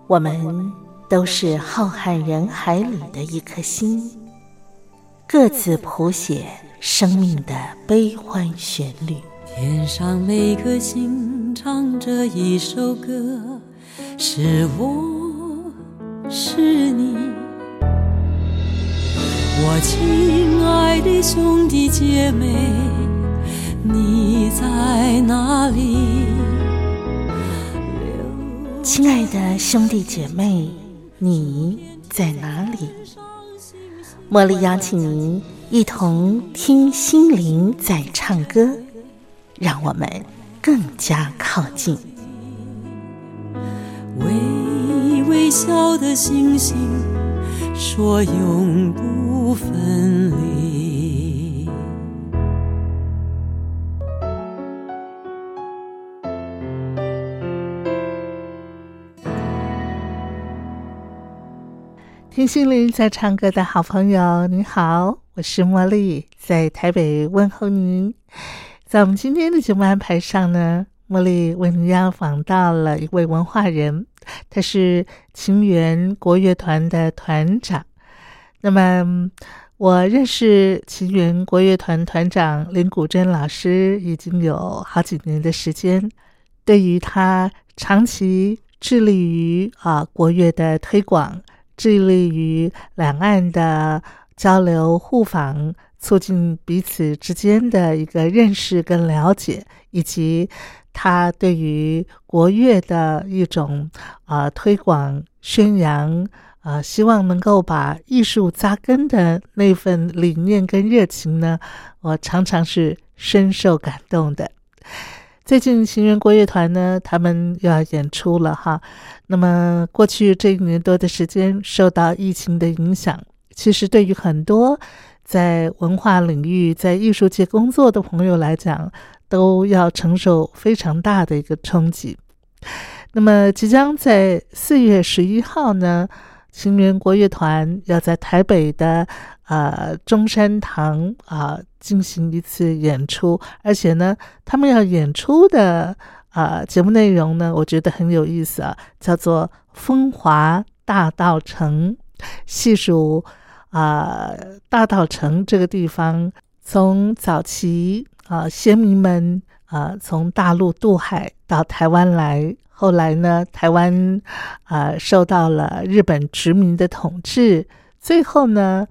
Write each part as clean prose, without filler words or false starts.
我们都是浩瀚人海里的一颗星，各自谱写生命的悲欢旋律。 天上每颗星唱着一首歌，是我，是你，我亲爱的兄弟姐妹，你在哪里？ 亲爱的兄弟姐妹，你在哪里？茉莉邀请您一同听心灵在唱歌，让我们更加靠近。 微微笑的星星说永不分离。 听心灵在唱歌的好朋友你好，我是茉莉，在台北问候您。在我们今天的节目安排上呢，茉莉为您邀访到了一位文化人，他是情缘国乐团的团长。那么我认识情缘国乐团团长林谷珍老师已经有好几年的时间，对于他长期致力于国乐的推广，致力于两岸的交流互访，促进彼此之间的一个认识跟了解，以及他对于国乐的一种推广宣扬，希望能够把艺术扎根的那份理念跟热情呢，我常常是深受感动的。最近情缘国乐团呢，他们又要演出了哈。那么过去这1年多的时间，受到疫情的影响，其实对于很多在文化领域、在艺术界工作的朋友来讲，都要承受非常大的一个冲击。那么即将在4月11号呢，情缘国乐团要在台北的中山堂进行一次演出，而且呢，他们要演出的节目内容呢，我觉得很有意思叫做风华大稻埕，细数大稻埕这个地方，从早期先民们从大陆渡海到台湾来，后来呢，台湾受到了日本殖民的统治，最后呢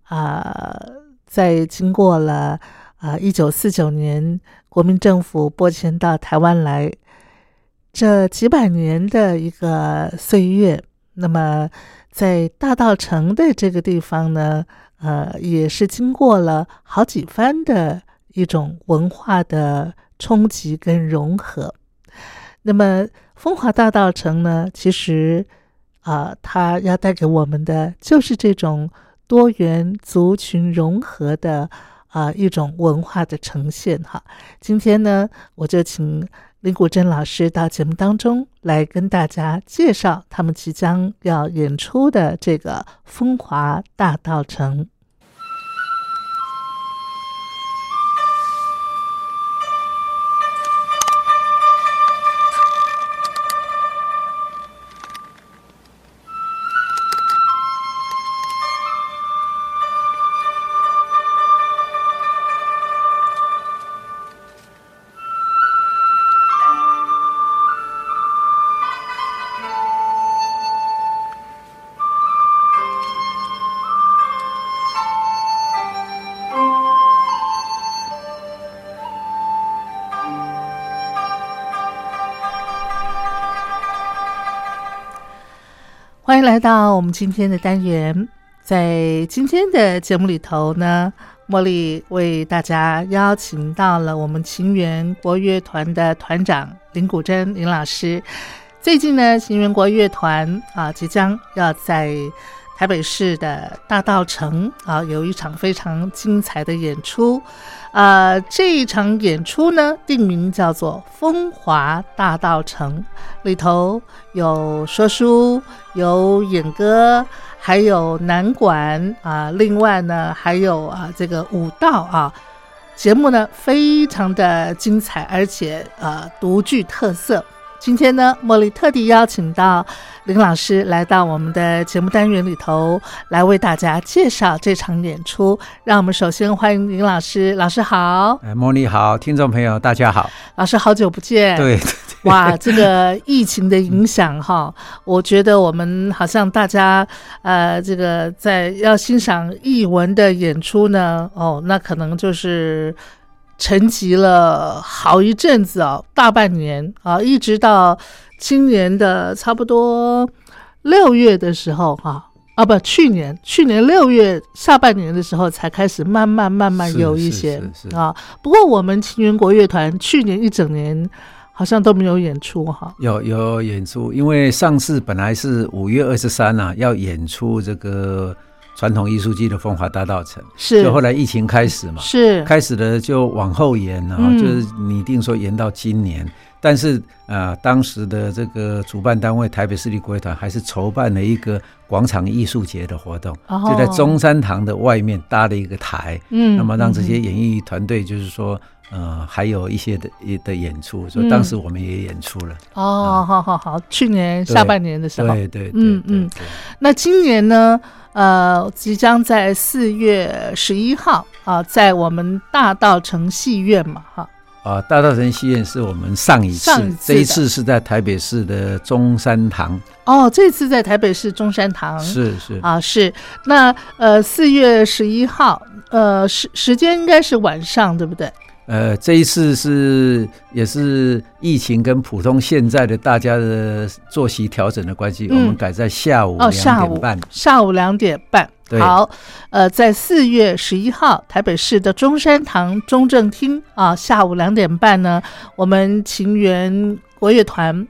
在经过了1949年国民政府拨迁到台湾来，这几百年的一个岁月，那么在大稻埕的这个地方呢，也是经过了好几番的一种文化的冲击跟融合。那么风华大稻埕呢，其实它要带给我们的就是这种多元族群融合的一种文化的呈现哈。今天呢，我就请林谷珍老师到节目当中来跟大家介绍他们即将要演出的这个风华大稻埕。欢迎来到我们今天的单元。在今天的节目里头呢，茉莉为大家邀请到了我们情缘国乐团的团长林谷珍林老师。最近呢，情缘国乐团即将要在台北市的大稻埕有一场非常精彩的演出。这一场演出呢，定名叫做风华大稻埕，里头有说书，有演歌，还有南管另外呢还有这个舞蹈节目呢非常的精彩，而且独具特色。 今天呢，茉莉特地邀请到林老师来到我们的节目单元里头，来为大家介绍这场演出。让我们首先欢迎林老师。老师好。 茉莉好，听众朋友大家好。 老师好久不见。 对， 哇，这个疫情的影响哈，我觉得我们好像大家这个在要欣赏艺文的演出呢，那可能就是沉寂了好一阵子大半年一直到今年的差不多6月的时候去年6月下半年的时候才开始慢慢有一些不过我们情源国乐团去年一整年好像都没有演出有演出，因为上次本来是5月23要演出这个传统艺术季的风华大稻埕，是，就后来疫情开始嘛，是开始了就往后延就是拟定说延到今年，但是当时的这个主办单位台北市立国乐团还是筹办了一个广场艺术节的活动，就在中山堂的外面搭了一个台，那么让这些演艺团队就是说还有一些的演出，所以当时我们也演出了。 好，去年下半年的时候， 对， 那今年呢？即将在4月11号在我们大稻埕戏院嘛大稻埕戏院是我们上一次这一次是在台北市的中山堂。 这次在台北市中山堂是是。那4月11号时间应该是晚上对不对？ 这一次也是疫情跟普通现在的大家的作息调整的关系，我们改在下午2点半。 下午2点半。好，在4月11号台北市的中山堂中正厅下午2点半呢，我们情源国乐团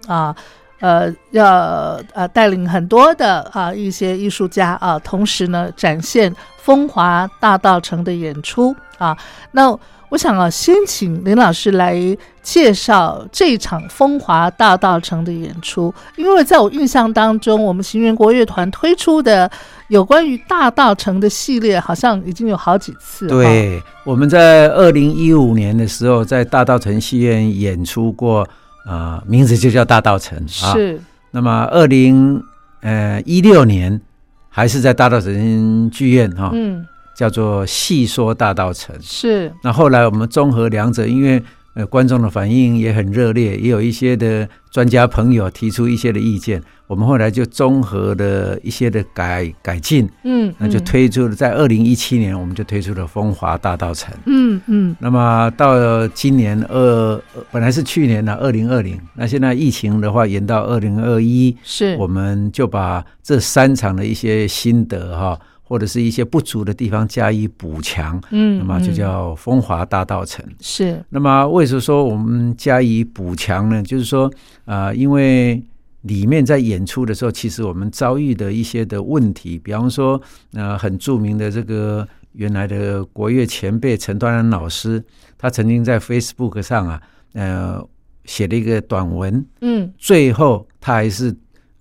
要带领很多的一些艺术家同时呢展现风华大稻埕的演出那我想先请林老师来介绍这场风华大稻埕的演出，因为在我印象当中，我们情源国乐团推出的有关于大稻埕的系列好像已经有好几次。 对，我们在2015年的时候在大稻埕戏院演出过名字就叫大稻埕是。那么2016年还是在大稻埕剧院叫做戏说大稻埕是。那后来我们综合两者，因为观众的反应也很热烈，也有一些的专家朋友提出一些的意见，我们后来就综合了一些的改进那就推出了在2017年我们就推出了风华大稻埕那么到了今年本来是去年2020，那现在疫情的话延到2021是，我们就把这3场的一些心得或者是一些不足的地方加以补强那么就叫风华大稻埕是。那么为什么说我们加以补强呢？就是说因为里面在演出的时候，其实我们遭遇的一些的问题，比方说很著名的这个原来的国乐前辈陈端安老师，他曾经在 Facebook 上写了一个短文最后他还是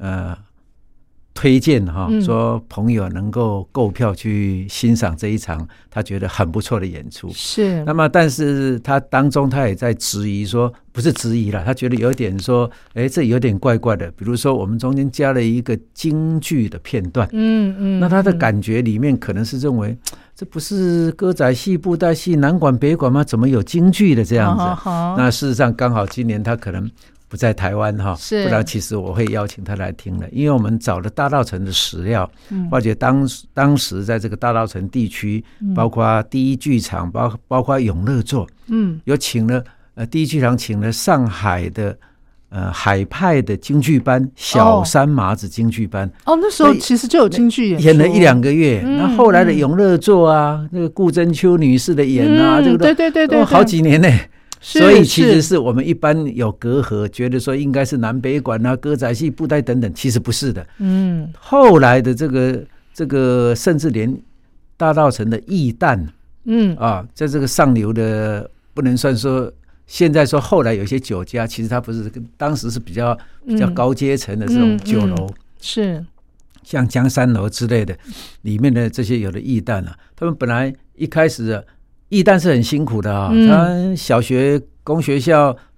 推荐说朋友能够购票去欣赏这一场他觉得很不错的演出是。那么但是他当中他也在质疑说，不是质疑啦，他觉得有点说这有点怪怪的，比如说我们中间加了一个京剧的片段那他的感觉里面可能是认为这不是歌仔戏布袋戏南管北管吗？怎么有京剧的这样子那事实上刚好今年他可能不在台湾不然其实我会邀请他来听的，因为我们找了大稻埕的史料而且当时在这个大稻埕地区包括第一剧场包括永乐座有请了第一剧场请了上海的海派的京剧班小三麻子京剧班那时候其实就有京剧演了1-2个月那后来的永乐座那个顾珍秋女士的演这个对好几年呢所以其实是我们一般有隔阂，觉得说应该是南北管歌仔戏布袋等等，其实不是的后来的这个甚至连大稻埕的艺旦在这个上流的不能算说现在说后来有些酒家其实它不是当时是比较高阶层的这种酒楼是像江山楼之类的里面的这些有的艺旦他们本来一开始艺旦是很辛苦的他小学公学校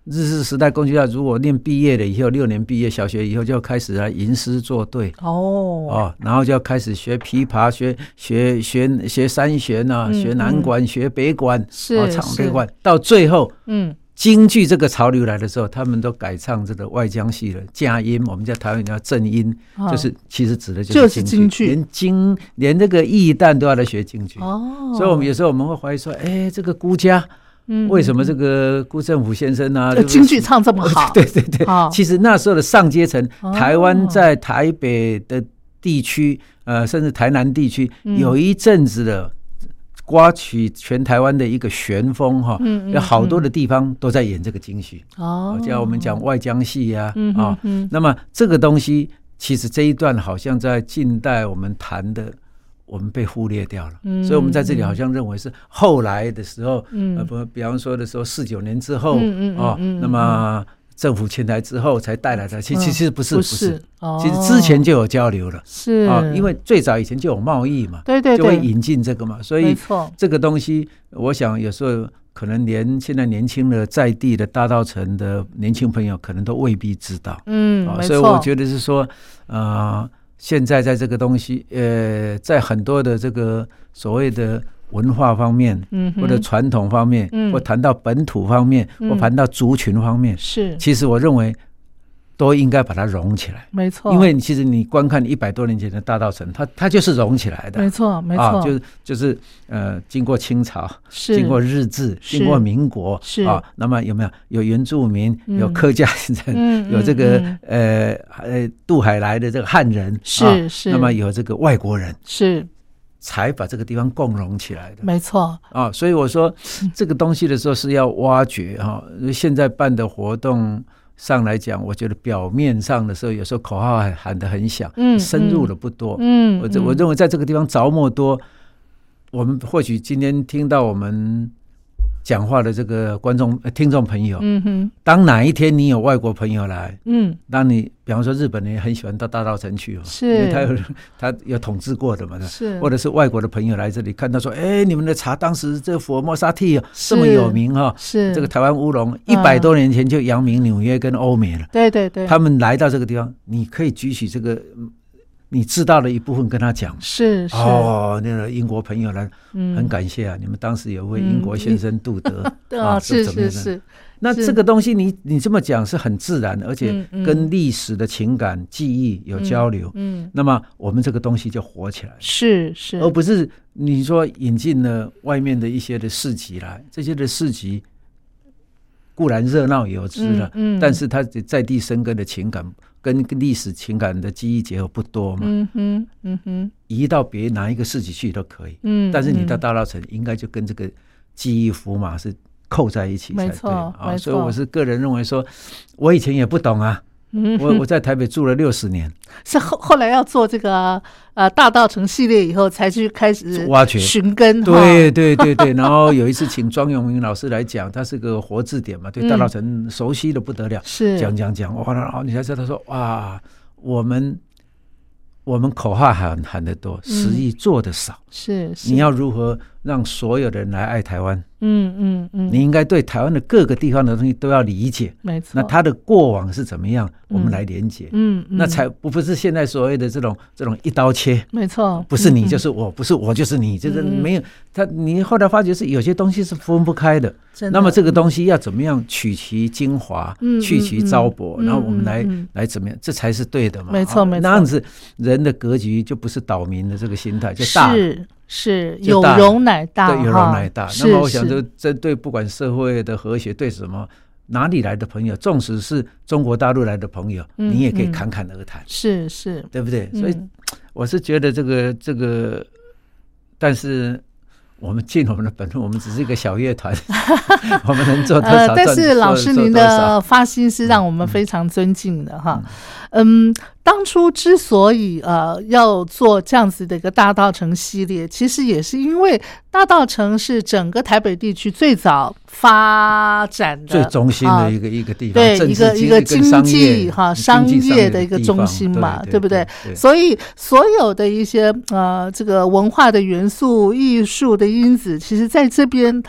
日治时代工学校如果念毕业了以后，6年毕业，小学以后就要开始来吟诗作对然后就要开始学琵琶，学三弦啊，学南管，学北管，唱北管，到最后京剧这个潮流来的时候，他们都改唱这个外江戏了，架音，我们在台湾叫正音，就是其实指的就是京剧，连这个艺旦都要来学京剧所以我们有时候我们会怀疑说，这个孤家。为什么这个辜振甫先生啊， 京剧唱这么好？ 对，其实那时候的上阶层，台湾在台北的地区，甚至台南地区，有一阵子的刮起全台湾的一个旋风有好多的地方都在演这个京剧叫我们讲外江戏啊那么这个东西，其实这一段好像在近代我们谈的。我们被忽略掉了所以我们在这里好像认为是后来的时候比方说的时候49年之后那么政府迁台之后才带来的其实不是其实之前就有交流了因为最早以前就有贸易嘛对就会引进这个嘛所以这个东西我想有时候可能连现在年轻的在地的大稻埕的年轻朋友可能都未必知道所以我觉得是说现在在这个东西在很多的这个所谓的文化方面或者传统方面或谈到本土方面或谈到族群方面其实我认为都应该把它融起来没错因为其实你观看100多年前的大稻埕它就是融起来的没错就是经过清朝经过日治经过民国那么有原住民有客家人有这个渡海来的这个汉人那么有这个外国人才把这个地方共融起来的没错所以我说这个东西的时候是要挖掘现在办的活动上来讲我觉得表面上的时候有时候口号喊得很响深入的不多我认为在这个地方着墨多我们或许今天听到我们讲话的这个听众朋友当哪一天你有外国朋友来当你比方说日本人也很喜欢到大稻埕去因为他有统治过的嘛或者是外国的朋友来这里看到说你们的茶当时这福尔摩沙蒂这么有名这个台湾乌龙100多年前就扬名纽约跟欧美了对他们来到这个地方你可以举起这个你知道的一部分跟他讲是那个英国朋友来很感谢你们当时有位英国先生杜德是那这个东西你这么讲是很自然而且跟历史的情感记忆有交流那么我们这个东西就活起来是而不是你说引进了外面的一些的市集来这些的市集固然热闹有之了但是它在地生根的情感跟历史情感的记忆结合不多嘛移到别哪一个市集去都可以但是你到大稻埕应该就跟这个记忆符码是扣在一起才对所以我是个人认为说我以前也不懂我在台北住了60年是后来要做这个大稻埕系列以后才去开始挖掘寻根对然后有一次请庄永明老师来讲他是个活字典嘛对大稻埕熟悉的不得了讲哇你才知道说哇我们口号喊得多实际做得少是你要如何让所有的人来爱台湾你应该对台湾的各个地方的东西都要理解没错那他的过往是怎么样我们来连结那才不是现在所谓的这种一刀切没错不是你就是我不是我就是你就是没有你后来发觉是有些东西是分不开的那么这个东西要怎么样取其精华去其糟粕然后我们来怎么样这才是对的嘛没错那样子人的格局就不是岛民的这个心态就大是有容乃大对有容乃大那么我想就针对不管社会的和谐对什么哪里来的朋友纵使是中国大陆来的朋友你也可以侃侃而谈是对不对所以我是觉得这个但是我们尽我们的本分我们只是一个小乐团我们能做多少但是老师您的发心是让我们非常尊敬的当初之所以要做这样子的一个大稻埕系列其实也是因为大稻埕是整个台北地区最早发展的最中心的一个地方对一个经济商业的一个中心嘛对不对所以所有的一些这个文化的元素艺术的因子其实在这边它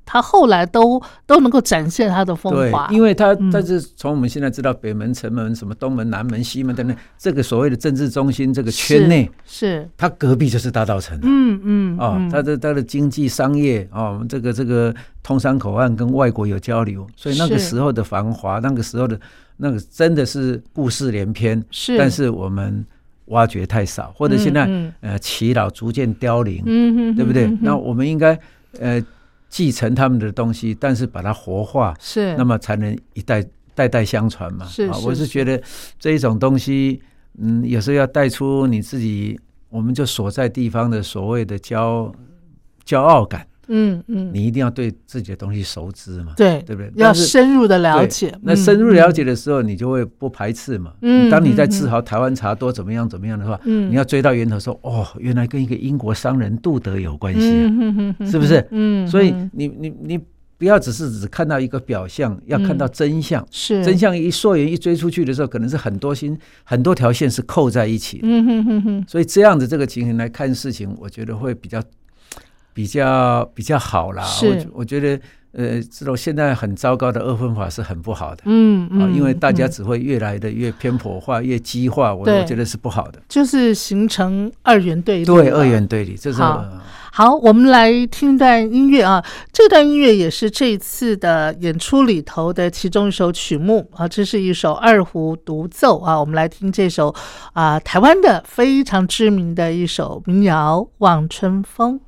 他后来都能够展现他的风华。 对，因为但是从我们现在知道北门、城门、什么东门、南门、西门等等，这个所谓的政治中心这个圈内， 是它隔壁就是大稻埕。它的经济商业这个通商口岸跟外国有交流，所以那个时候的繁华，那个时候的那个真的是故事连篇。 是， 但是我们挖掘太少，或者现在耆老逐渐凋零，对不对？那我们应该继承他们的东西，但是把它活化， 是， 那么才能代代相传嘛。我是觉得这一种东西，有时候要带出你自己，我们就所在地方的所谓的骄傲感。你一定要对自己的东西熟知嘛，对不对？ 要深入的了解。 那深入了解的时候，你就会不排斥嘛。当你在自豪台湾茶多怎么样的话，你要追到源头说，原来跟一个英国商人杜德有关系是不是？所以你不要只看到一个表象，要看到真相。是，真相一溯源一追出去的时候，可能是很多条线是扣在一起的。所以这样的这个情形来看事情，我觉得会比较好啦。我觉得这种现在很糟糕的二分法是很不好的。因为大家只会越来的越偏颇化，越激化，我觉得是不好的， 就是形成二元对立。 对，二元对立，这是好，我们来听一段音乐啊。这段音乐也是这一次的演出里头的其中一首曲目啊，这是一首二胡独奏啊。我们来听这首台湾的非常知名的一首民谣《望春风》。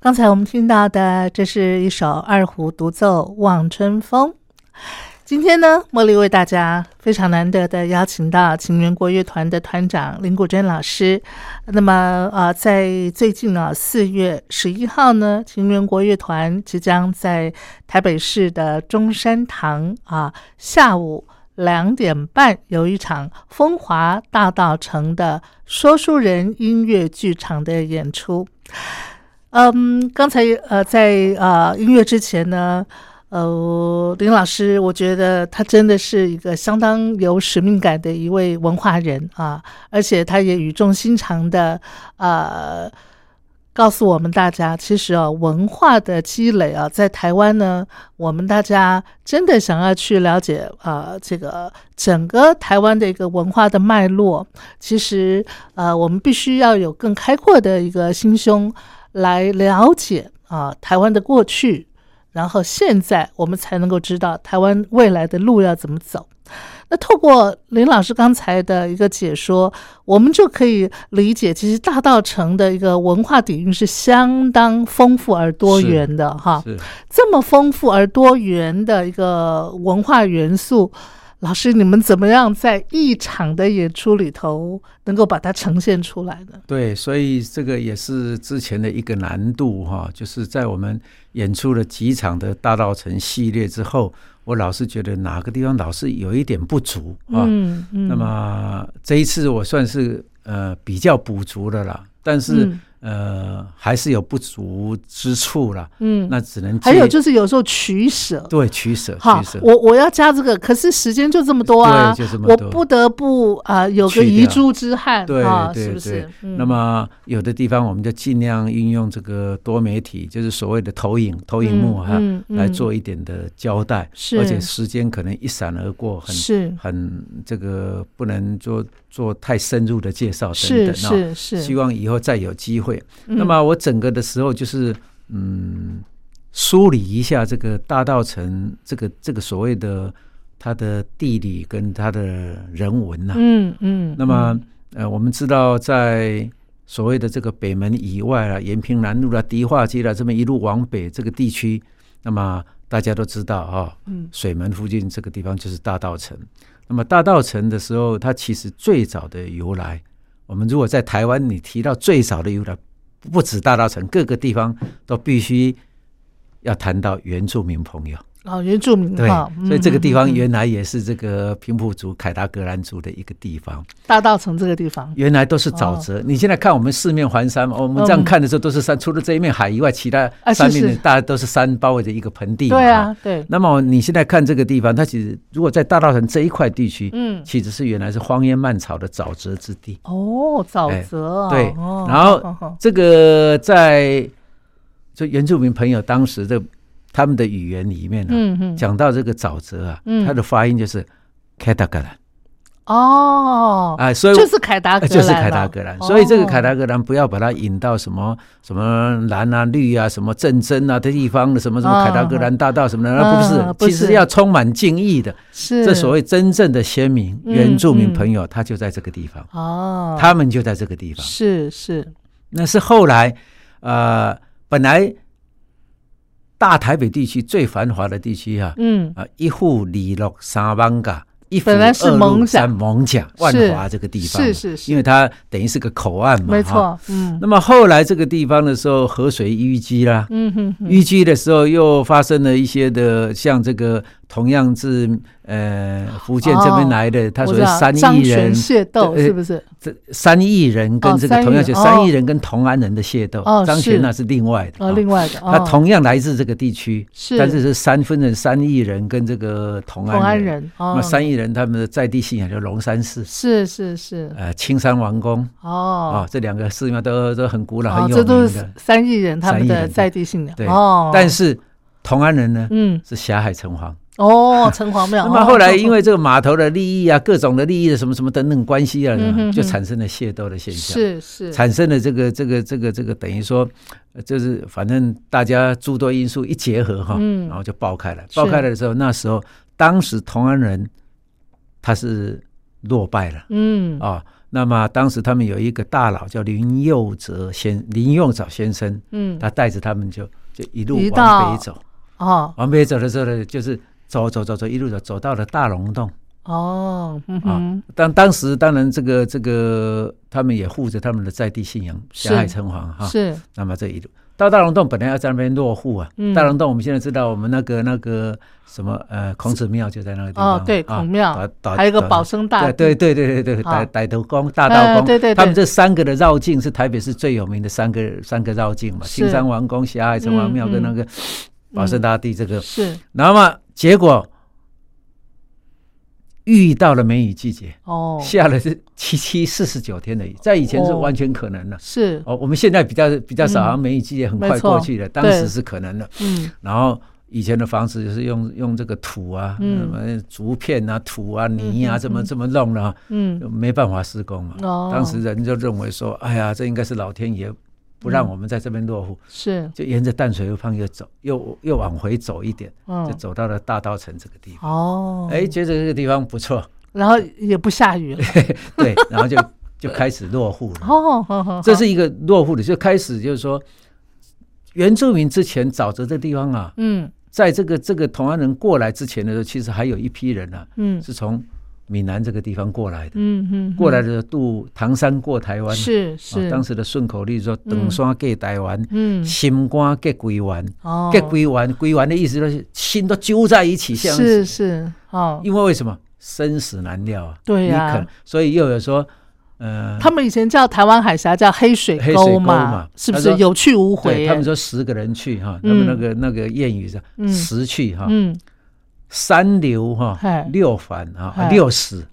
刚才我们听到的，这是一首二胡独奏《望春风》。今天呢，茉莉为大家非常难得的邀请到情援国乐团的团长林谷珍老师。那么在最近4月11号呢，情援国乐团即将在台北市的中山堂下午2点半有一场风华大道城的说书人音乐剧场的演出。刚才在音乐之前呢，林老师我觉得他真的是一个相当有使命感的一位文化人而且他也语重心长的告诉我们大家，其实文化的积累在台湾呢，我们大家真的想要去了解这个整个台湾的一个文化的脉络，其实我们必须要有更开阔的一个心胸来了解台湾的过去，然后现在我们才能够知道台湾未来的路要怎么走。那透过林老师刚才的一个解说，我们就可以理解，其实大稻埕的一个文化底蕴是相当丰富而多元的这么丰富而多元的一个文化元素，老师你们怎么样在一场的演出里头能够把它呈现出来呢？ 对，所以这个也是之前的一个难度就是在我们演出了几场的大稻埕系列之后，我老是觉得哪个地方老是有一点不足那么这一次我算是比较补足了啦，但是还是有不足之处啦。那只能还有就是有时候取舍， 对，取舍。 我要加这个，可是时间就这么多对，就这么多， 我不得不有个遗珠之憾， 对， 是不是？ 那么有的地方我们就尽量运用这个多媒体，就是所谓的投影幕来做一点的交代，而且时间可能一闪而过，很这个不能做太深入的介绍等等是希望以后再有机会。那么我整个的时候就是梳理一下这个大稻埕这个所谓的它的地理跟它的人文那么我们知道在所谓的这个北门以外延平南路迪化街这么一路往北这个地区，那么大家都知道水门附近这个地方就是大稻埕。那么大稻埕的时候，它其实最早的由来，我们如果在台湾你提到最早的由来，不止大稻埕，各个地方都必须要谈到原住民朋友原住民对，所以这个地方原来也是这个平埔族凯达格兰族的一个地方。 大稻埕这个地方原来都是沼泽你现在看我们四面环山我们这样看的时候都是山除了这一面海以外，其他三面大家都是山包围的一个盆地对对。 那么你现在看这个地方，它其实如果在大稻埕这一块地区其实是原来是荒烟蔓草的沼泽之地沼泽对然后这个在就原住民朋友当时的他们的语言里面讲到这个沼泽它的发音就是凯达格兰所以就是凯达格兰所以这个凯达格兰不要把它引到什么蓝绿什么镇真的地方的什么凯达格兰大道什么的不是其实要充满敬意的这所谓真正的先民原住民朋友他就在这个地方他们就在这个地方是那是后来本来大台北地区最繁华的地区一户里六三万家一府二路三艋舺万华这个地方是因为它等于是个口岸嘛没错那么后来这个地方的时候河水淤积啦淤积的时候又发生了一些的像这个同样是福建这边来的他所谓三义人械斗是不是三义人跟这个同样就三义人跟同安人的械斗张权那是另外的另外的他同样来自这个地区但是是分成三义人跟这个同安人那三义人他们的在地信仰就龙山寺是青山王宫这两个寺庙都很古老很有名的这都是三义人他们的在地信仰对但是同安人呢是霞海城隍城隍庙那么后来因为这个码头的利益各种的利益的什么什么等等关系就产生了械斗的现象是产生了这个等于说就是反正大家诸多因素一结合然后就爆开了的时候那时候当时同安人他是落败了那么当时他们有一个大佬叫林佑藻先生，他带着他们就一路往北走，往北走的时候呢，就是走一路走到了大龙洞。当时当然这个他们也护着他们的在地信仰霞海城隍哈，是。那么这一路到大龙洞本来要在那边落户啊，大龙洞我们现在知道我们那个什么孔子庙就在那个地方， 对，孔庙，还有一个保生大帝， 对，歹头宫、大道宫，对，他们这三个的绕境是台北市最有名的三个绕境嘛，青山王宫、霞海城隍庙跟那个保生大帝这个是。然后嘛，结果遇到了梅雨季节，下了是49天的雨，在以前是完全可能的，是我们现在比较少，好像梅雨季节很快过去了，当时是可能的，然后以前的房子就是用这个土啊，竹片啊、土啊、泥啊，这么弄了，没办法施工嘛，当时人就认为说，哎呀，这应该是老天爷不让我们在这边落户，是就沿着淡水河畔又往回走一点，就走到了大稻埕这个地方。觉得这个地方不错， 然后也不下雨了， 对，然后就开始落户了。这是一个落户的，就开始就是说，原住民之前沼泽的地方啊，在这个同安人过来之前的时候，其实还有一批人啊，是从闽南这个地方过来的，过来的渡唐山过台湾，是当时的顺口溜说长山过台湾，心肝过龟丸，龟丸的意思就是心都揪在一起，是因为什么生死难料啊，对呀，所以又有说他们以前叫台湾海峡叫黑水沟嘛，是不是有去无回？ 他们说10个人去哈，他们那个谚语是10去哈，3流哈，6返啊，6死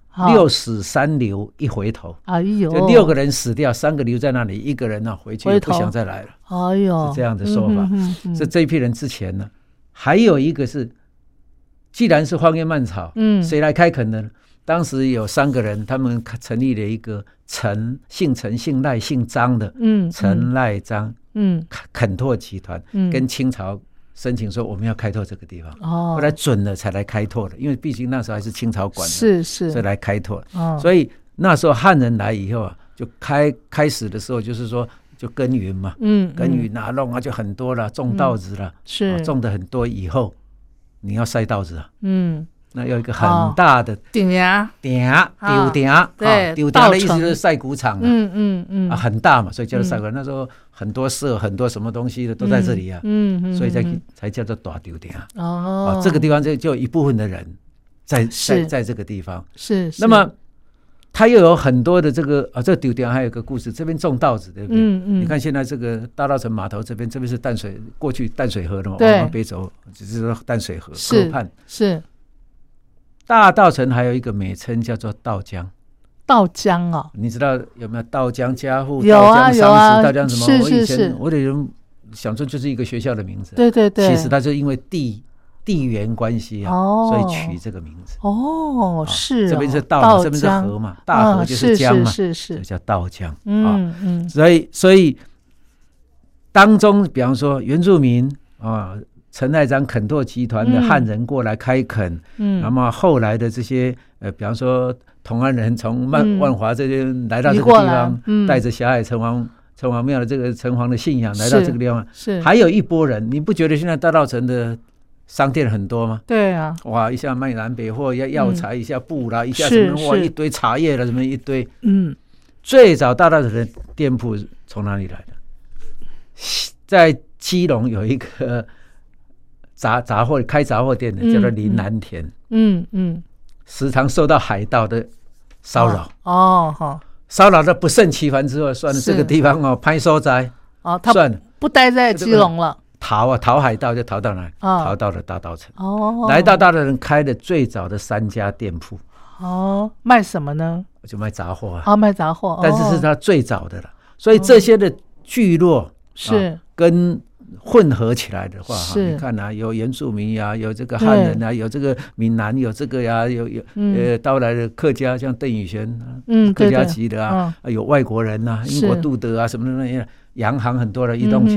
3流1回头，哎呦，就6个人死掉，3个留在那里，1个人呢回去不想再来了，哎呦，是这样的说法。是这一批人之前呢，还有一个是，既然是荒烟蔓草，谁来开垦呢？当时有3个人，他们成立了一个姓陈、姓赖、姓张的，陈赖张，垦拓集团，跟清朝申请说我们要开拓这个地方，后来准了才来开拓的，因为毕竟那时候还是清朝管的，所以来开拓。所以那时候汉人来以后啊，就开始的时候就是说就耕耘嘛，耕耘啊弄啊就很多了，种稻子了，种的很多以后你要晒稻子啊，那有一个很大的顶芽丢的意思就是晒谷场啊，很大嘛，所以叫做晒谷。那时候很多社很多什么东西的都在这里啊，所以才叫做大丢顶。这个地方就有一部分的人在这个地方。是。那么它又有很多的这个这丢顶还有一个故事，这边种稻子，对不对？你看现在这个大稻埕码头这边是淡水，过去淡水河的嘛，往北走就是说淡水河河畔是。大稻埕还有一个美称叫做稻江，稻江哦，你知道有没有稻江家户？ 有啊有啊， 稻江什么？ 是我以前我的人想说就是一个学校的名字， 对， 其实它就因为地缘关系啊，所以取这个名字。 是这边是稻，这边是河嘛，大河就是江嘛， 是， 叫稻江。所以当中，比方说原住民啊。陈赖章垦拓集团的汉人过来开垦，那么后来的这些比方说同安人从万华这边来到这个地方，带着霞海城隍庙的这个城隍的信仰来到这个地方，是还有一波人，你不觉得现在大稻埕的商店很多吗？ 对啊， 哇，一下卖南北货，药材，一下布啦，一下什么哇，一堆茶叶啦，什么一堆。最早大稻埕的店铺从哪里来的？在基隆有一个。开杂货店的叫做林南田，时常受到海盗的骚扰，骚扰的不胜其烦之后，算了，这个地方拍收宅， 他算了，不待在基隆了， 逃海盗就逃到哪里？逃到了大稻埕，来到大稻埕开的最早的3家店铺， 卖什么呢？ 就卖杂货啊， 卖杂货， 但是是他最早的了，所以这些的聚落是跟。混合起来的话，你看啊，有原住民呀，有这个汉人啊，有这个闽南，有这个呀，有到来的客家，像邓宇轩，客家籍的啊，有外国人啊，英国杜德啊什么的那些洋行很多人移动起来，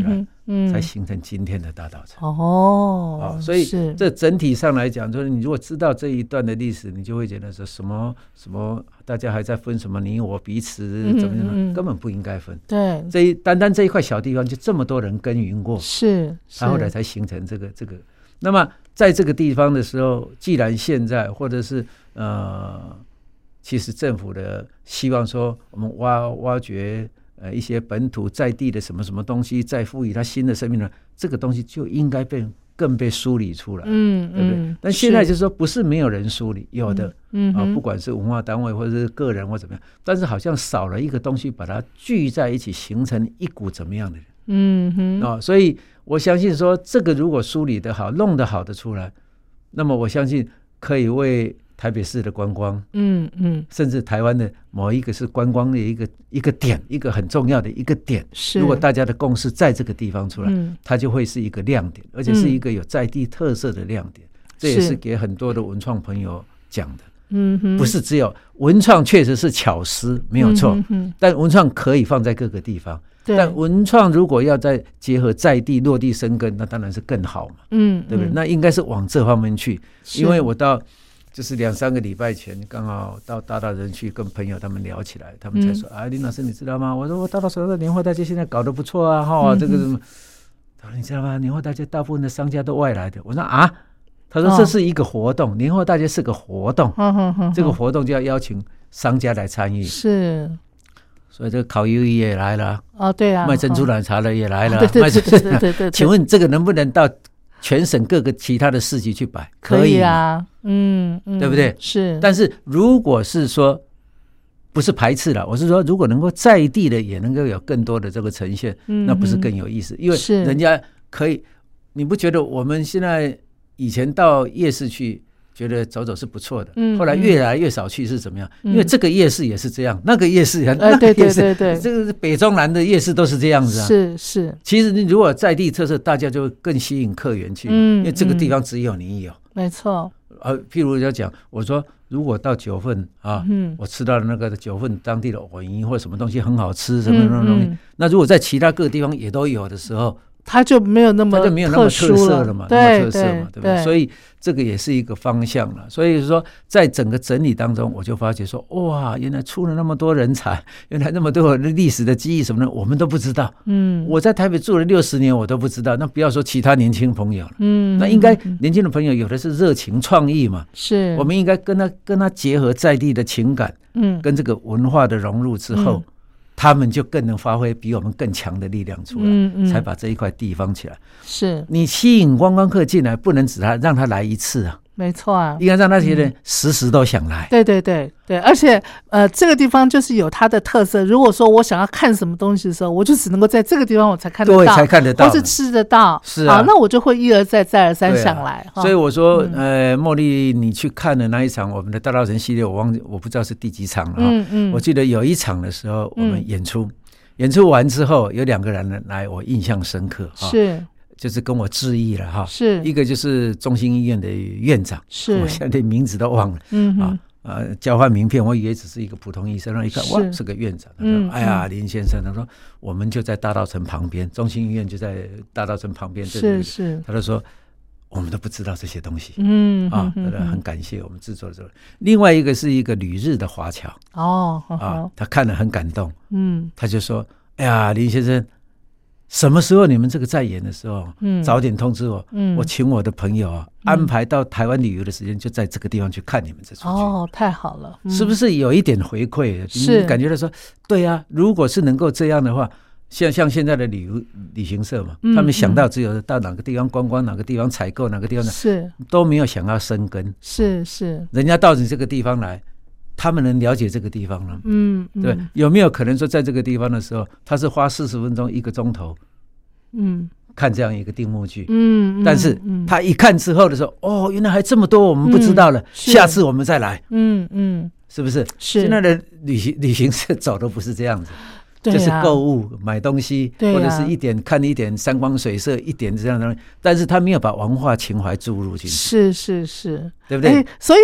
才形成今天的大稻埕。所以这整体上来讲，就是你如果知道这一段的历史，你就会觉得说什么大家还在分什么你我彼此怎么样，根本不应该分。对，单单这一块小地方就这么多人耕耘过，他后来才形成这个。那么在这个地方的时候，既然现在或者是其实政府的希望说我们挖掘一些本土在地的什么什么东西，再赋予它新的生命呢，这个东西就应该更被梳理出来，对不对？但现在就是说不是没有人梳理，有的不管是文化单位或者是个人或怎么样，但是好像少了一个东西把它聚在一起，形成一股怎么样的人。所以我相信说这个如果梳理得好，弄得好的出来，那么我相信可以为台北市的观光，甚至台湾的某一个是观光的一个点，一个很重要的一个点，如果大家的共识在这个地方出来，它就会是一个亮点，而且是一个有在地特色的亮点。这也是给很多的文创朋友讲的，不是只有文创确实是巧思没有错，但文创可以放在各个地方，但文创如果要再结合在地落地生根，那当然是更好嘛，对不对？那应该是往这方面去。因为我到就是2-3个礼拜前刚好到大稻埕去跟朋友他们聊起来，他们才说林老师你知道吗？我说我大稻埕的年货大街现在搞得不错啊，这个什么？他说你知道吗？年货大街大部分的商家都外来的。我说他说这是一个活动，年货大街是个活动，这个活动就要邀请商家来参与， 是。 所以这个烤鱿鱼也来了， 对啊， 卖珍珠奶茶的也来了， 对。请问这个能不能到全省各个其他的市集去摆？ 可以啊， 对不对？ 是。 但是如果是说不是排斥了，我是说如果能够在地的也能够有更多的这个呈现，那不是更有意思？因为人家可以，你不觉得我们现在以前到夜市去觉得走走是不错的，后来越来越少去是怎么样？因为这个夜市也是这样，那个夜市也那个夜市，对，这个北中南的夜市都是这样子啊。 是。 其实你如果在地特色，大家就更吸引客源去，因为这个地方只有你有， 没错。 譬如要讲，我说如果到九份我吃到的那个九份当地的藕泥或什么东西很好吃，什么东西，那如果在其他各个地方也都有的时候， 它就没有那么特色了嘛，对不对？所以这个也是一个方向了。所以说，在整个整理当中，我就发觉说，哇，原来出了那么多人才，原来那么多历史的记忆什么的，我们都不知道。我在台北住了60年，我都不知道。那不要说其他年轻朋友了，那应该年轻的朋友有的是热情创意嘛， 是我们应该跟他结合在地的情感，跟这个文化的融入之后。他们就更能发挥比我们更强的力量出来，才把这一块地方起来。 是你吸引观光客进来，不能只让他来一次啊， 没错啊， 应该让那些人时时都想来。 对，而且这个地方就是有它的特色。如果说我想要看什么东西的时候，我就只能够在这个地方我才看得到， 对，才看得到， 或是吃得到。 是啊， 那我就会一而再再而三想来。 所以我说，茉莉，你去看的那一场我们的大稻埕系列，我不知道是第几场了。我记得有一场的时候，我们演出完之后，有2个人来，我印象深刻。 是。 就是跟我致意了哈， 是一个就是中心医院的院长， 是我现在名字都忘了，交换名片，我以为只是一个普通医生，然后一看哇是个院长，他说哎呀林先生，他说我们就在大稻埕旁边，中心医院就在大稻埕旁边， 是， 他就说我们都不知道这些东西，很感谢我们制作的这个。另外一个是一个旅日的华侨，他看了很感动，他就说哎呀林先生。什么时候你们这个在演的时候，早点通知我，我请我的朋友安排到台湾旅游的时间，就在这个地方去看你们这出剧。 太好了， 是不是有一点回馈？你感觉到说，对啊，如果是能够这样的话，像现在的旅行社嘛，他们想到只有到哪个地方观光，哪个地方采购，哪个地方是都没有想要生根， 是人家到你这个地方来。他们能了解这个地方了，对，有没有可能说在这个地方的时候，他是花40分钟1个钟头，看这样一个定目剧，但是他一看之后的时候，原来还这么多我们不知道了，下次我们再来，是不是？ 是现在的旅行社走都不是这样子，就是购物买东西，或者是看一点山光水色，一点这样的东西，但是他没有把文化情怀注入进去， 是， 对不对？ 所以。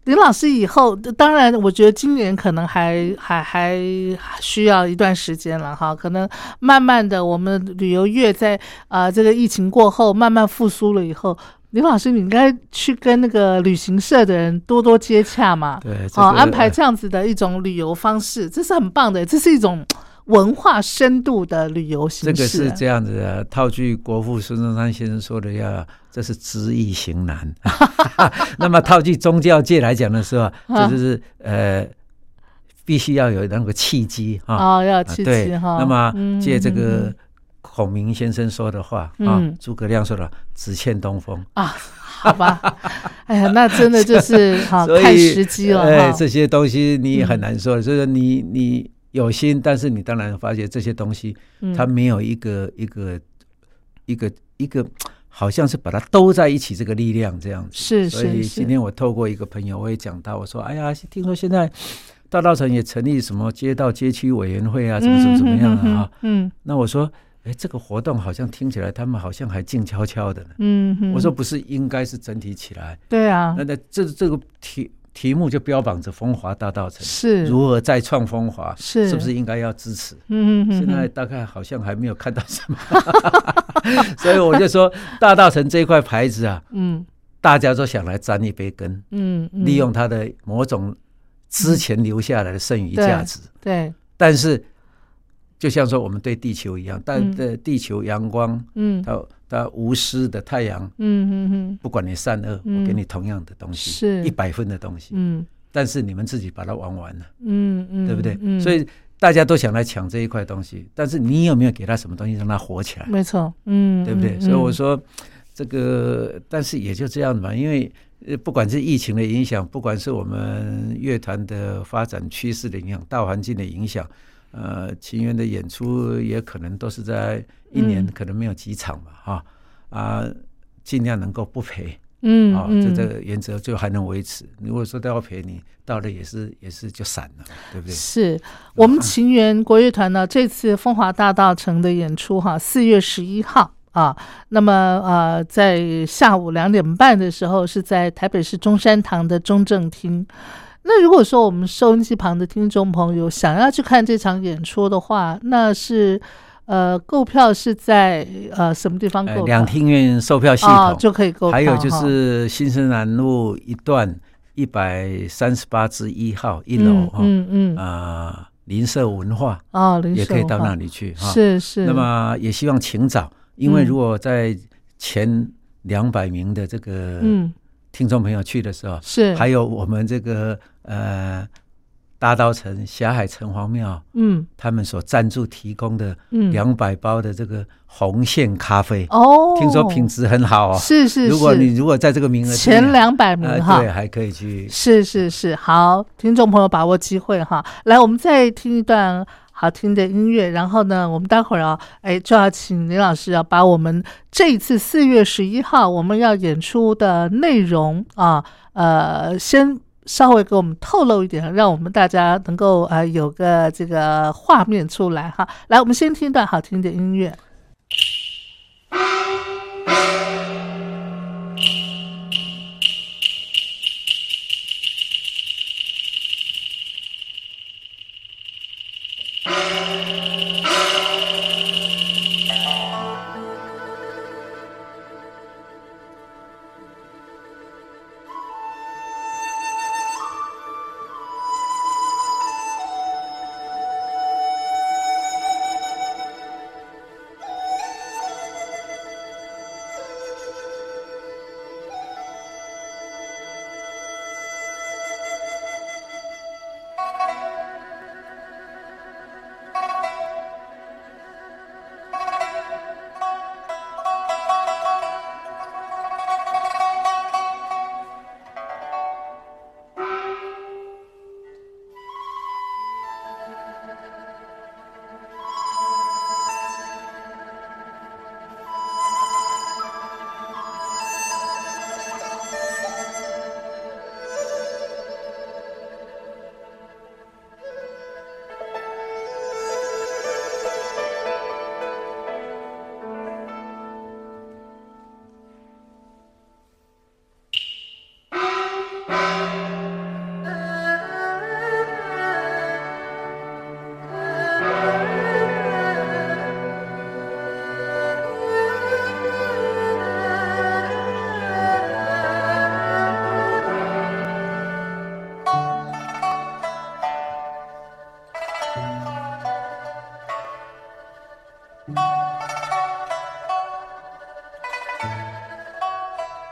林老师以后，当然我觉得今年可能还需要一段时间了哈，可能慢慢的我们旅游业在这个疫情过后慢慢复苏了以后，林老师你应该去跟那个旅行社的人多多接洽嘛， 对， 安排这样子的一种旅游方式，这是很棒的，这是一种文化深度的旅游形式。 这个是这样子的，套句国父孙中山先生说的这是知易行难那么套句宗教界来讲的时候，这就是必须要有那个契机要契机对，那么借这个孔明先生说的话诸葛亮说的只欠东风好吧哎呀，那真的就是看时机了这些东西你很难说，所以说你有心，但是你当然发现这些东西它没有一个好像是把它兜在一起这个力量这样子。 是， 所以今天我透过一个朋友我也讲到，我说哎呀，听说现在大稻埕也成立什么街道街区委员会啊，怎么样那我说这个活动好像听起来他们好像还静悄悄的呢。我说不是应该是整体起来？ 对啊， 那这个题目就标榜着风华大稻埕是如何再创风华，是不是应该要支持？现在大概好像还没有看到什么所以我就说大稻埕这一块牌子大家都想来沾一杯羹，利用它的某种之前留下来的剩余价值。 对， 但是就像说我们对地球一样，但的地球阳光它无私的太阳不管你善恶我给你同样的东西，是100分的东西但是你们自己把它玩完了对不对所以大家都想来抢这一块东西，但是你有没有给他什么东西让他活起来？ 没错对不对所以我说这个但是也就这样嘛，因为不管是疫情的影响，不管是我们乐团的发展趋势的影响，大环境的影响情缘的演出也可能都是在一年可能没有几场嘛尽量能够不赔这个原则就还能维持。如果说都要赔，你到了也是就散了，对不对？ 是我们情缘国乐团呢这次风华大稻埕的演出4月11号那么在下午2点半的时候是在台北市中山堂的中正厅。那如果说我们收音机旁的听众朋友想要去看这场演出的话，那是购票是在什么地方购票？ 两厅院售票系统就可以购票。 还有就是新生南路一段138-1号1楼邻舍文化也可以到那里去是。 那么也希望请早，因为如果在前200名的这个听众朋友去的时候，是还有我们这个大稻埕霞海城隍庙他们所赞助提供的200包的这个红线咖啡听说品质很好是如果在这个名额前200名对，还可以去是好，听众朋友把握机会来我们再听一段好听的音乐，然后呢我们待会儿就要请林老师要把我们这一次4月11号我们要演出的内容先稍微给我们透露一点，让我们大家能够有个这个画面出来来，我们先听一段好听的音乐。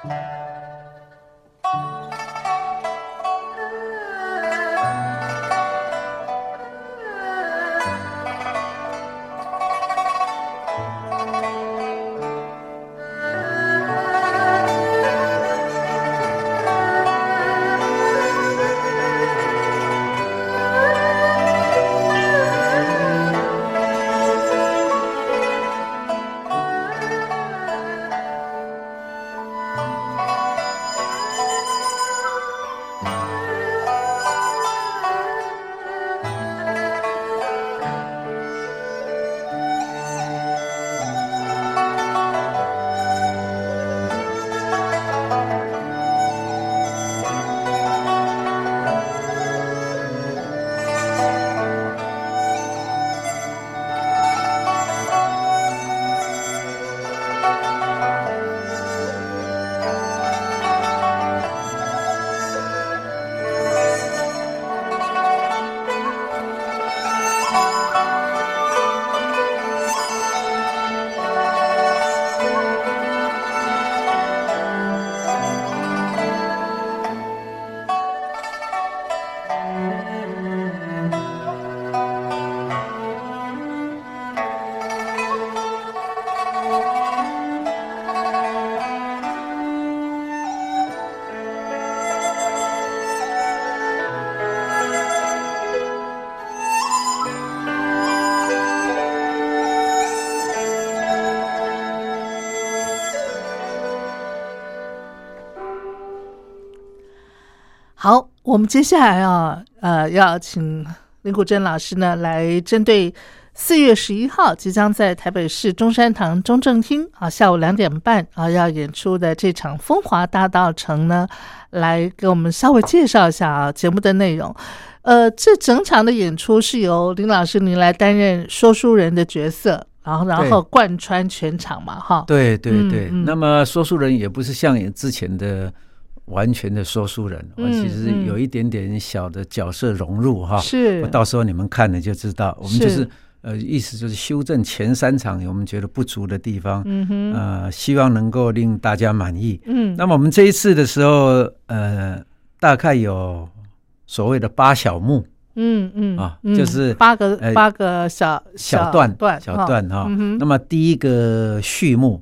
好，我们接下来要请林谷珍老师呢来针对4月11号即将在台北市中山堂中正厅下午2点半要演出的这场风华大道城呢，来给我们稍微介绍一下节目的内容。这整场的演出是由林老师您来担任说书人的角色，然后贯穿全场嘛，哈。 对对对，那么说书人也不是像之前的完全的说书人，其实有一点点小的角色融入哈。 是， 到时候你们看了就知道，我们就是意思就是修正前3场我们觉得不足的地方，希望能够令大家满意。那么我们这一次的时候，大概有所谓的8小幕，就是八个小段哈。那么第一个序幕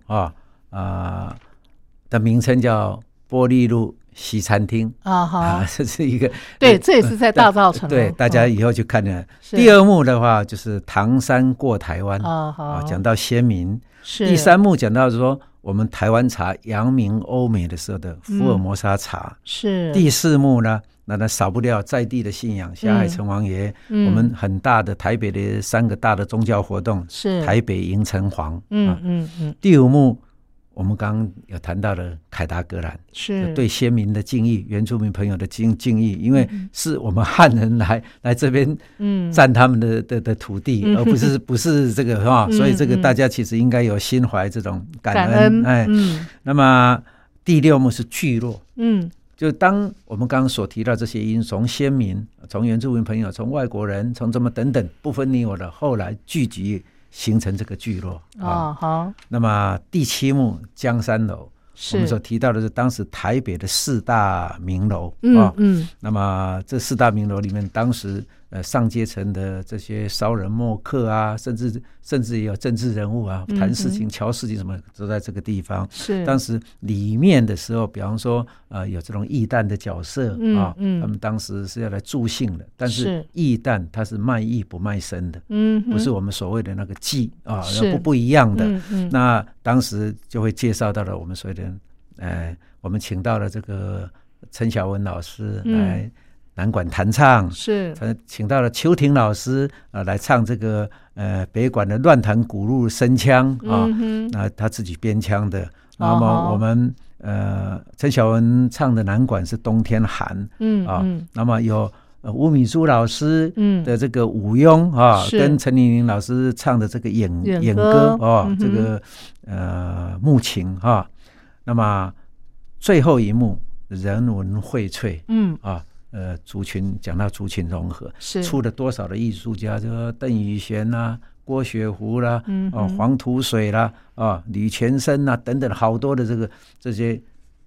的名称叫玻璃路西餐厅这是一个对，这也是在大稻埕， 对，大家以后就看了。第2幕的话就是唐山过台湾讲到先民。第3幕讲到说我们台湾茶扬名欧美的时候的福尔摩沙茶。 是。 第4幕呢，那少不了在地的信仰，霞海城隍爷，我们很大的台北的3个大的宗教活动，是台北迎城隍。第5幕我们刚刚有谈到的凯达格兰，是对先民的敬意，原住民朋友的敬意，因为是我们汉人来这边占他们的土地，而不是这个所以这个大家其实应该有心怀这种感恩。那么第6幕是聚落，就当我们刚刚所提到这些因素，从先民，从原住民朋友，从外国人，从这么等等不分你我的，后来聚集形成这个聚落好。那么第7幕江山楼，我们所提到的是当时台北的4大名楼那么这4大名楼里面，当时上阶层的这些骚人墨客甚至也有政治人物谈事情瞧事情什么都在这个地方。是当时里面的时候，比方说有这种义旦的角色他们当时是要来助兴的，但是义旦他是卖艺不卖身的，不是我们所谓的那个妓不一样的。那当时就会介绍到了我们所谓的我们请到了这个陈晓文老师来南管弹唱，是请到了邱婷老师来唱这个北管的乱弹古路声腔那他自己编腔的。那么我们陈晓文唱的南管是冬天寒那么有吴敏珠老师的这个舞庸跟陈玲玲老师唱的这个演歌这个木琴那么最后一幕人文荟萃族群，讲到族群融合，出了多少的艺术家，这个邓雨贤郭雪湖黄土水吕全生等等好多的这些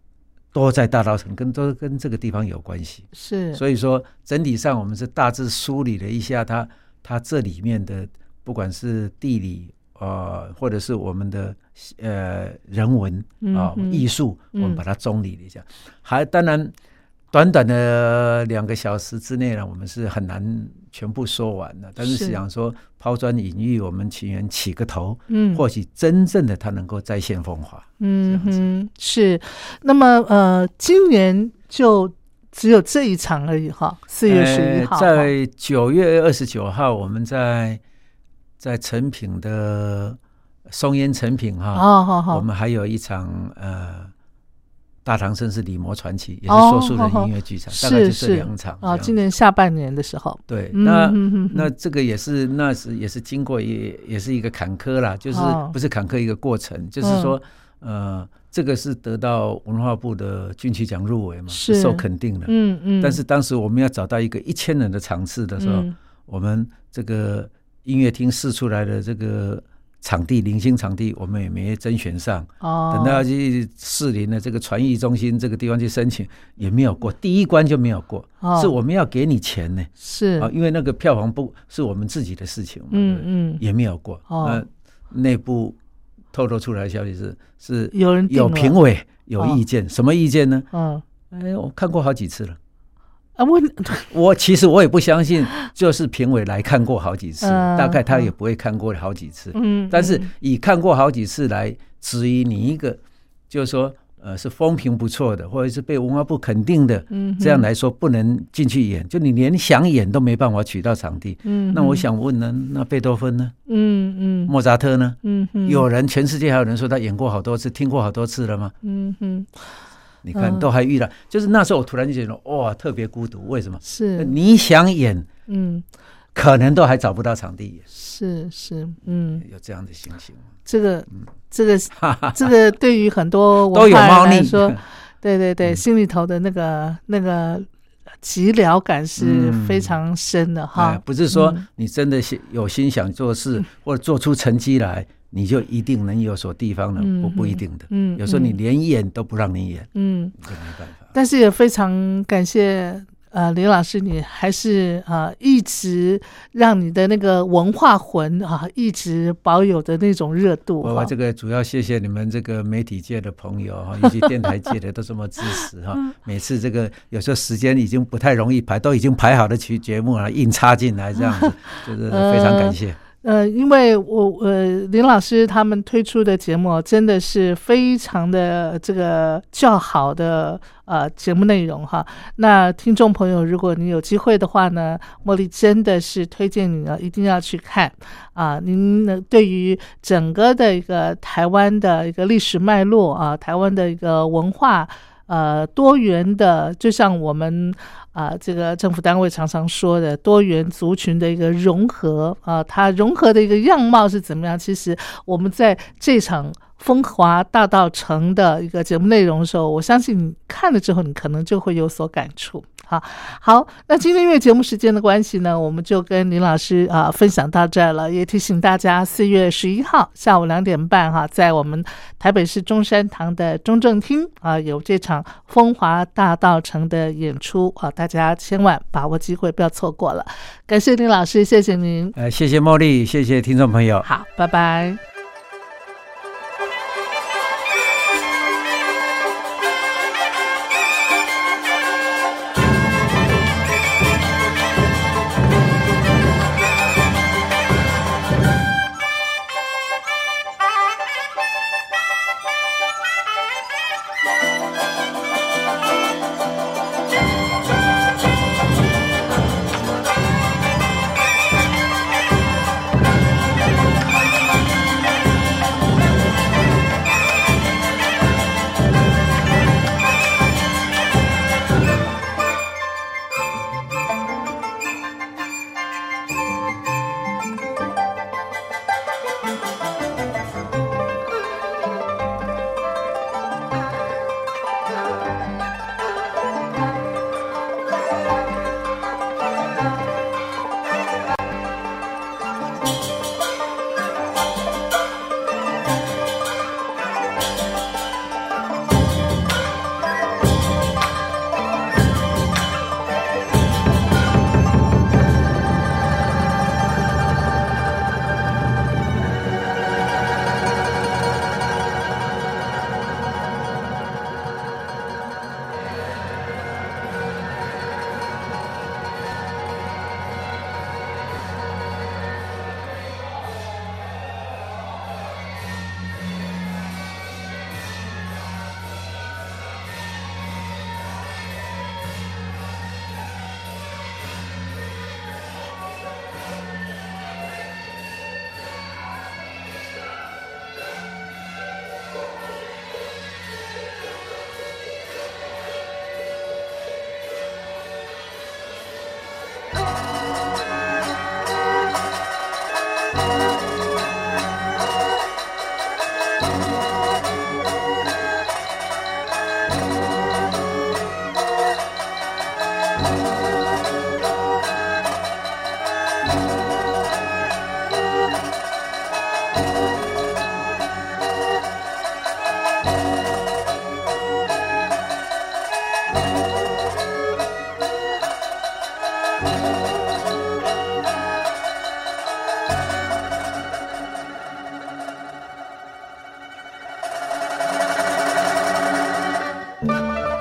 都在大稻埕，都跟这个地方有关系。 是， 所以说整体上我们是大致梳理了一下它这里面的不管是地理或者是我们的人文艺术，我们把它中理了一下。还当然短短的2个小时之内呢，我们是很难全部说完的。但是想说抛砖引玉，我们请人起个头，或许真正的它能够再现风华。 是。那么今年就只有这一场而已哈，4月11号， 在9月29号，我们在成品的松烟成品哈，我们还有一场大唐盛世李摩传奇，也是说书人音乐剧场，大概就这2场今年下半年的时候， 对，那这个也是经过也是一个坎坷啦，就是不是坎坷一个过程，就是说这个是得到文化部的金曲奖入围嘛，是受肯定的。但是当时我们要找到一个1000人的场次的时候，我们这个音乐厅试出来的这个场地零星场地我们也没甄选上，等到去士林的这个传艺中心这个地方去申请也没有过，第一关就没有过，是我们要给你钱呢， 是因为那个票房不是我们自己的事情，也没有过。内部透露出来的消息是有评委有意见，什么意见呢？我看过好几次了。其实我也不相信，就是评委来看过好几次，大概他也不会看过好几次。但是以看过好几次来质疑你一个，就是说是风评不错的，或者是被文化部肯定的，这样来说不能进去演，就你连想演都没办法取到场地。那我想问呢，那贝多芬呢？莫扎特呢？全世界还有人说他演过好多次，听过好多次了吗？你看都还遇到，就是那时候我突然就觉得哇，特别孤独。为什么？ 是你想演，可能都还找不到场地演。 是， 有这样的情形。 这个对于很多文化人来说，对，心里头的那个寂寥感是非常深的哈。 不是说你真的有心想做事，或者做出成绩来，你就一定能有所地方呢？不一定的。有时候你连演都不让你演，就没办法。 但是也非常感谢林老师，你还是一直让你的那个文化魂一直保有的那种热度。 我这个主要谢谢你们这个媒体界的朋友以及电台界的都这么支持每次这个有时候时间已经不太容易排，都已经排好的节目硬插进来这样子，就是非常感谢。 因为林老师他们推出的节目真的是非常的这个较好的节目内容哈。那听众朋友，如果你有机会的话呢，茉莉真的是推荐你一定要去看您呢对于整个的一个台湾的一个历史脉络台湾的一个文化多元的，就像我们这个政府单位常常说的多元族群的一个融合它融合的一个样貌是怎么样？其实我们在这场风华大稻埕的一个节目内容的时候，我相信你看了之后，你可能就会有所感触。好，那今天因为节目时间的关系呢，我们就跟林老师分享到这儿了。也提醒大家4月11号下午2点半在我们台北市中山堂的中正厅有这场风华大稻埕的演出大家千万把握机会，不要错过了。感谢林老师，谢谢您。 谢谢茉莉，谢谢听众朋友。 好，拜拜。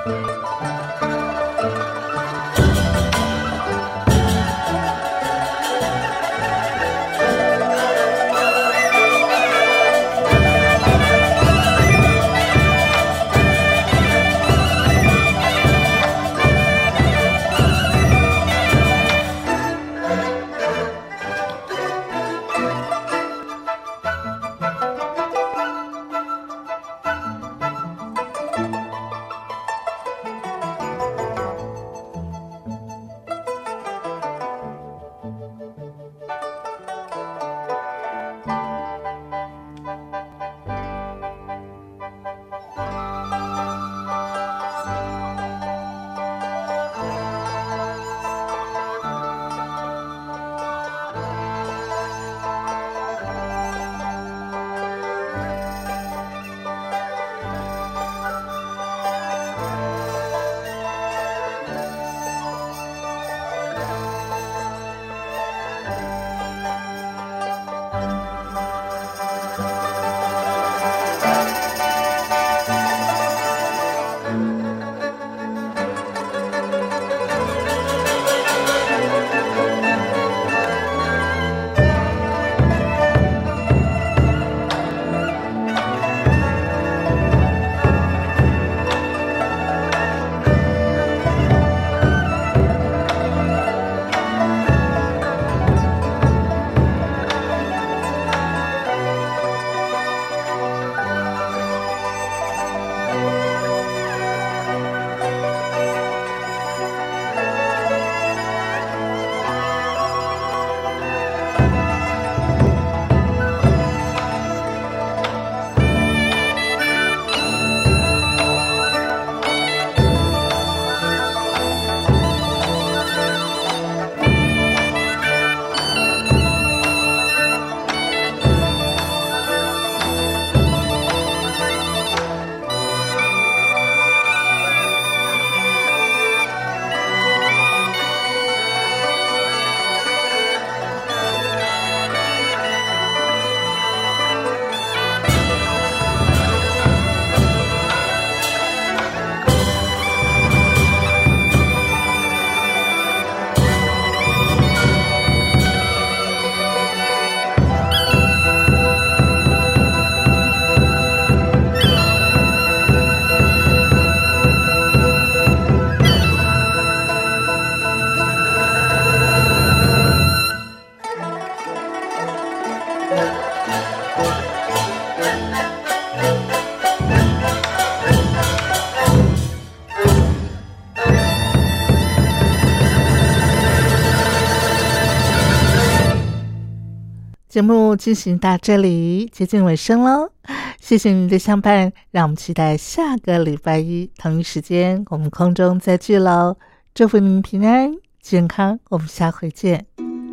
节目进行到这里接近尾声喽，谢谢您的相伴，让我们期待下个礼拜一同一时间我们空中再聚喽，祝福您平安健康，我们下回见。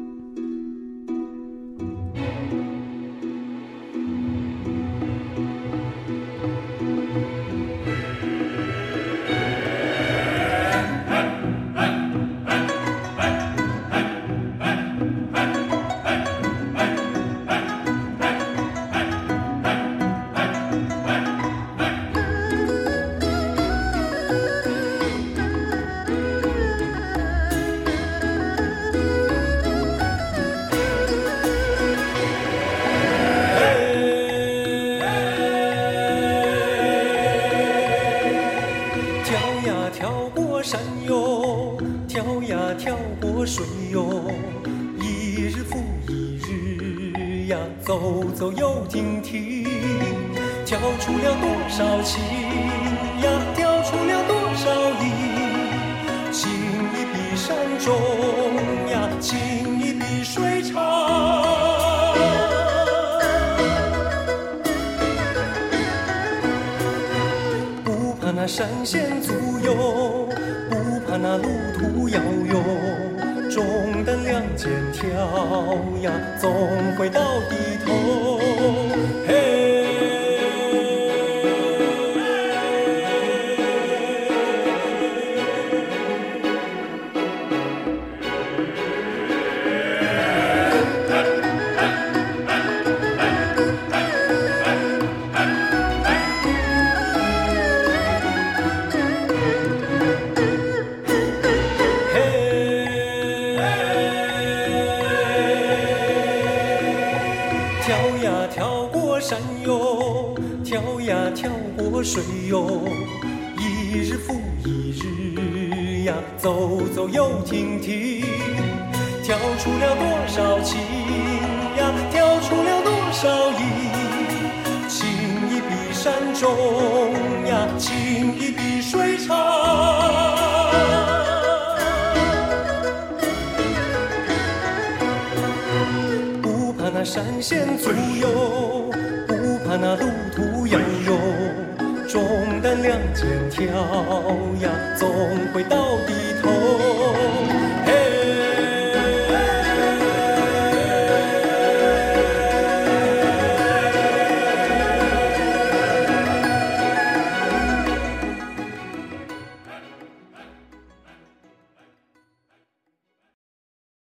走走又停停，跳出了多少情呀，跳出了多少意，情已比山重呀，情已比水长。不怕那山险阻有，不怕那路途遥有，重担两肩挑呀，总会到底头。嘿， 水哟，一日复一日呀，走走又停停，跳出了多少情呀，跳出了多少意，情一比山重呀，情一比水长。不怕那山险阻哟，不怕那路途遥哟，重担两肩挑呀，总会到底头。